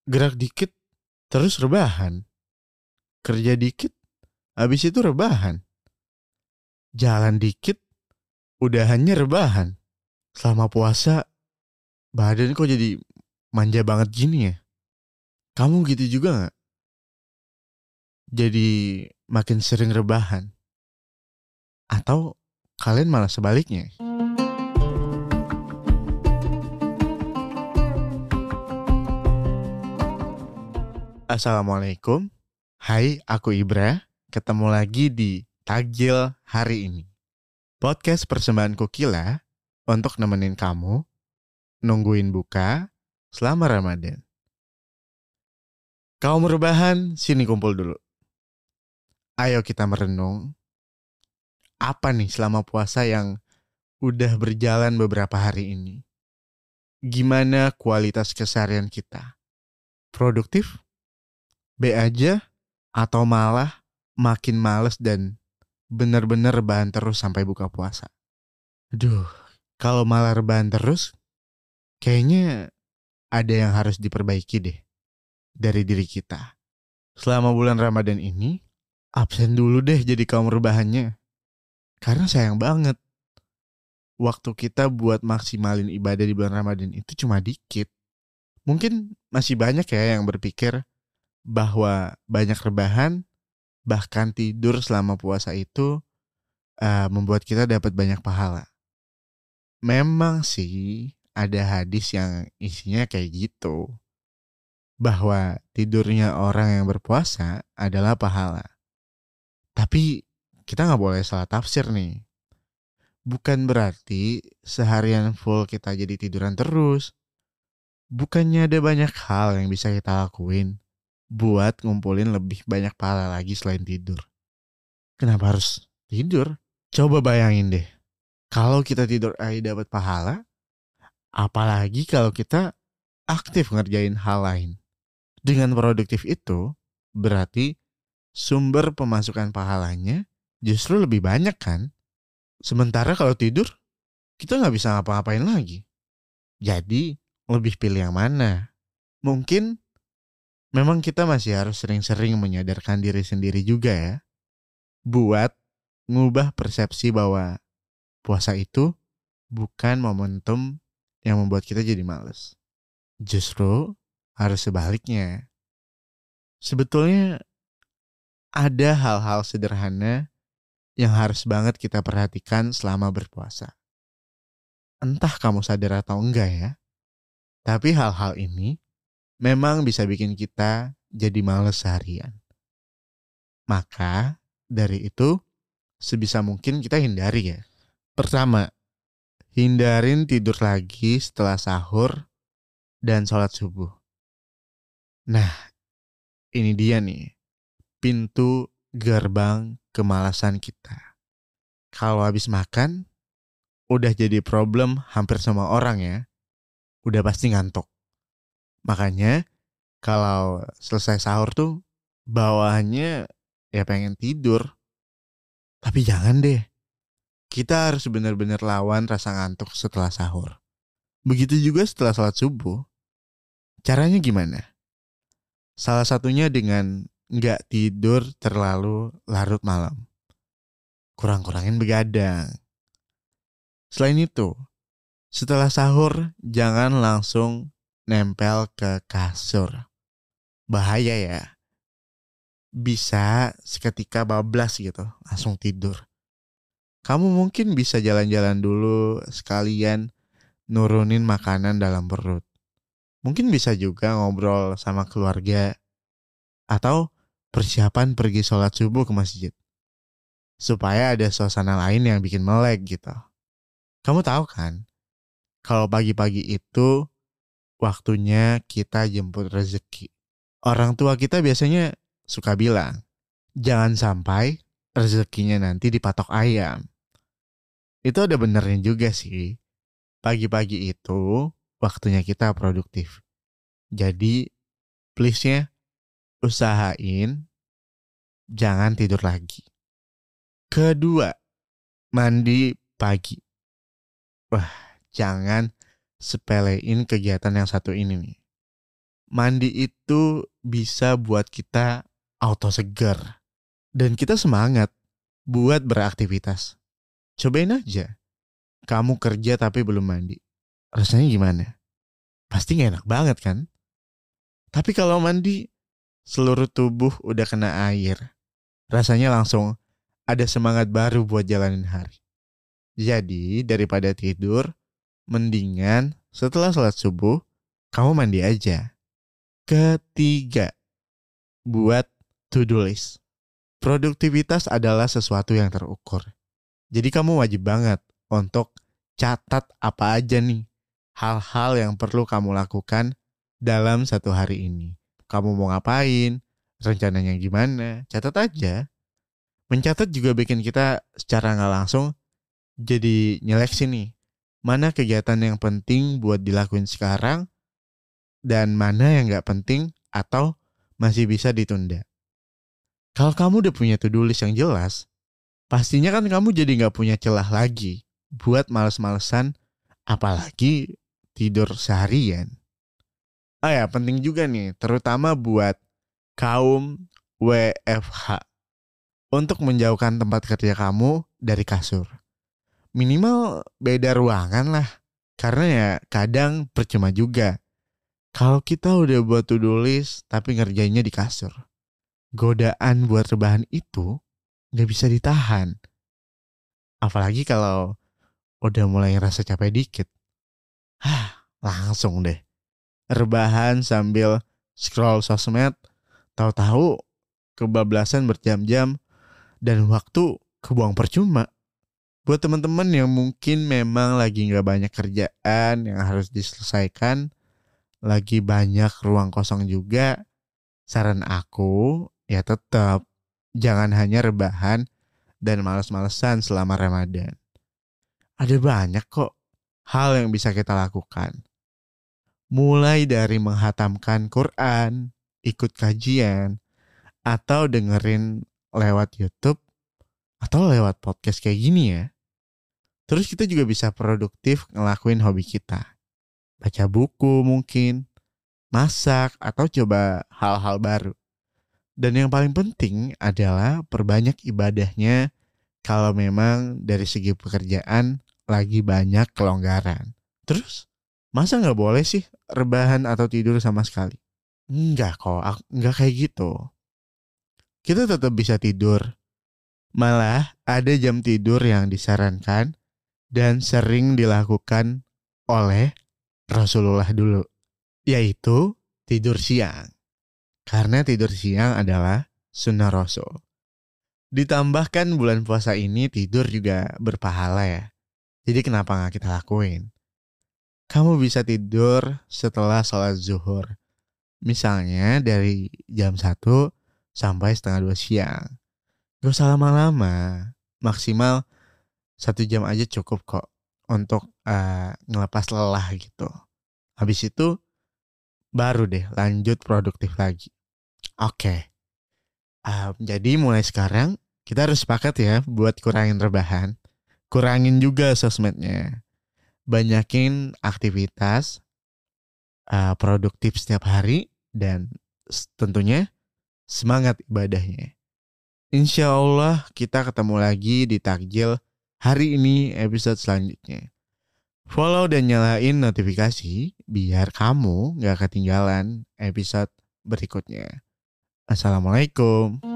Gerak dikit, terus rebahan. Kerja dikit, habis itu rebahan. Jalan dikit, udahannya rebahan. Selama puasa, badan kok jadi manja banget gini ya? Kamu gitu juga gak? Jadi makin sering rebahan? Atau kalian malah sebaliknya? Assalamualaikum. Hai, aku Ibra. Ketemu lagi di Tagil hari ini. Podcast persembahan Kukila untuk nemenin kamu nungguin buka selama Ramadan. Kaum rebahan, sini kumpul dulu. Ayo kita merenung. Apa nih selama puasa yang udah berjalan beberapa hari ini? Gimana kualitas keseharian kita? Produktif? B aja? Atau malah makin males dan bener-bener rebahan terus sampai buka puasa? Aduh, kalau malah rebahan terus, kayaknya ada yang harus diperbaiki deh dari diri kita. Selama bulan Ramadan ini, absen dulu deh jadi kaum rebahannya. Karena sayang banget, waktu kita buat maksimalin ibadah di bulan Ramadan itu cuma dikit. Mungkin masih banyak ya yang berpikir bahwa banyak rebahan, bahkan tidur selama puasa itu membuat kita dapat banyak pahala. Memang sih ada hadis yang isinya kayak gitu. Bahwa tidurnya orang yang berpuasa adalah pahala. Tapi kita gak boleh salah tafsir nih. Bukan berarti seharian full kita jadi tiduran terus. Bukannya ada banyak hal yang bisa kita lakuin buat ngumpulin lebih banyak pahala lagi selain tidur. Kenapa harus tidur? Coba bayangin deh. Kalau kita tidur aja dapat pahala, apalagi kalau kita aktif ngerjain hal lain. Dengan produktif itu, berarti sumber pemasukan pahalanya justru lebih banyak kan? Sementara kalau tidur, kita nggak bisa ngapa-ngapain lagi. Jadi, lebih pilih yang mana? Mungkin memang kita masih harus sering-sering menyadarkan diri sendiri juga ya. Buat ngubah persepsi bahwa puasa itu bukan momentum yang membuat kita jadi males. Justru harus sebaliknya. Sebetulnya ada hal-hal sederhana yang harus banget kita perhatikan selama berpuasa. Entah kamu sadar atau enggak ya, tapi hal-hal ini memang bisa bikin kita jadi males seharian. Maka dari itu sebisa mungkin kita hindari ya. Pertama, hindarin tidur lagi setelah sahur dan sholat subuh. Nah, ini dia nih, pintu gerbang kemalasan kita. Kalau habis makan, udah jadi problem hampir semua orang ya. Udah pasti ngantuk. Makanya kalau selesai sahur tuh bawaannya ya pengen tidur. Tapi jangan deh. Kita harus benar-benar lawan rasa ngantuk setelah sahur. Begitu juga setelah sholat subuh. Caranya gimana? Salah satunya dengan nggak tidur terlalu larut malam. Kurang-kurangin begadang. Selain itu, setelah sahur jangan langsung nempel ke kasur. Bahaya ya. Bisa seketika bablas gitu, langsung tidur. Kamu mungkin bisa jalan-jalan dulu sekalian nurunin makanan dalam perut. Mungkin bisa juga ngobrol sama keluarga atau persiapan pergi sholat subuh ke masjid. Supaya ada suasana lain yang bikin melek gitu. Kamu tahu kan, kalau pagi-pagi itu waktunya kita jemput rezeki. Orang tua kita biasanya suka bilang, jangan sampai rezekinya nanti dipatok ayam. Itu ada benernya juga sih. Pagi-pagi itu waktunya kita produktif. Jadi please-nya usahain jangan tidur lagi. Kedua, mandi pagi. Wah, jangan sepelein kegiatan yang satu ini nih. Mandi itu bisa buat kita auto seger. Dan kita semangat buat beraktivitas. Cobain aja. Kamu kerja tapi belum mandi. Rasanya gimana? Pasti gak enak banget kan? Tapi kalau mandi, seluruh tubuh udah kena air. Rasanya langsung ada semangat baru buat jalanin hari. Jadi daripada tidur, mendingan setelah sholat subuh, kamu mandi aja. Ketiga, buat to-do list. Produktivitas adalah sesuatu yang terukur. Jadi kamu wajib banget untuk catat apa aja nih hal-hal yang perlu kamu lakukan dalam satu hari ini. Kamu mau ngapain, rencananya gimana, catat aja. Mencatat juga bikin kita secara gak langsung jadi nyeleksi nih. Mana kegiatan yang penting buat dilakuin sekarang dan mana yang gak penting atau masih bisa ditunda. Kalau kamu udah punya to-do list yang jelas, pastinya kan kamu jadi gak punya celah lagi buat males-malesan, apalagi tidur seharian. Oh ya, penting juga nih, terutama buat kaum WFH. Untuk menjauhkan tempat kerja kamu dari kasur. Minimal beda ruangan lah. Karena ya kadang percuma juga. Kalau kita udah buat to-do list tapi ngerjainnya di kasur. Godaan buat rebahan itu gak bisa ditahan. Apalagi kalau udah mulai ngerasa capek dikit. Langsung deh. Rebahan sambil scroll sosmed. Tahu-tahu kebablasan berjam-jam dan waktu kebuang percuma. Buat teman-teman yang mungkin memang lagi gak banyak kerjaan yang harus diselesaikan, lagi banyak ruang kosong juga, saran aku ya tetap jangan hanya rebahan dan males-malesan selama Ramadan. Ada banyak kok hal yang bisa kita lakukan. Mulai dari menghatamkan Quran, ikut kajian, atau dengerin lewat YouTube, atau lewat podcast kayak gini ya. Terus kita juga bisa produktif ngelakuin hobi kita. Baca buku mungkin, masak, atau coba hal-hal baru. Dan yang paling penting adalah perbanyak ibadahnya kalau memang dari segi pekerjaan lagi banyak kelonggaran. Terus, masa gak boleh sih rebahan atau tidur sama sekali? Enggak kok, enggak kayak gitu. Kita tetap bisa tidur. Malah ada jam tidur yang disarankan dan sering dilakukan oleh Rasulullah dulu, yaitu tidur siang. Karena tidur siang adalah sunnah Rasul. Ditambahkan bulan puasa ini tidur juga berpahala ya. Jadi kenapa gak kita lakuin? Kamu bisa tidur setelah sholat zuhur. Misalnya dari jam 1 sampai setengah 2 siang. Gak usah lama-lama, maksimal 1 jam aja cukup kok untuk ngelepas lelah gitu. Habis itu baru deh lanjut produktif lagi. Oke. Jadi mulai sekarang kita harus sepakat ya buat kurangin rebahan. Kurangin juga sosmednya. Banyakin aktivitas produktif setiap hari dan tentunya semangat ibadahnya. Insya Allah kita ketemu lagi di takjil hari ini episode selanjutnya. Follow dan nyalain notifikasi biar kamu gak ketinggalan episode berikutnya. Assalamualaikum.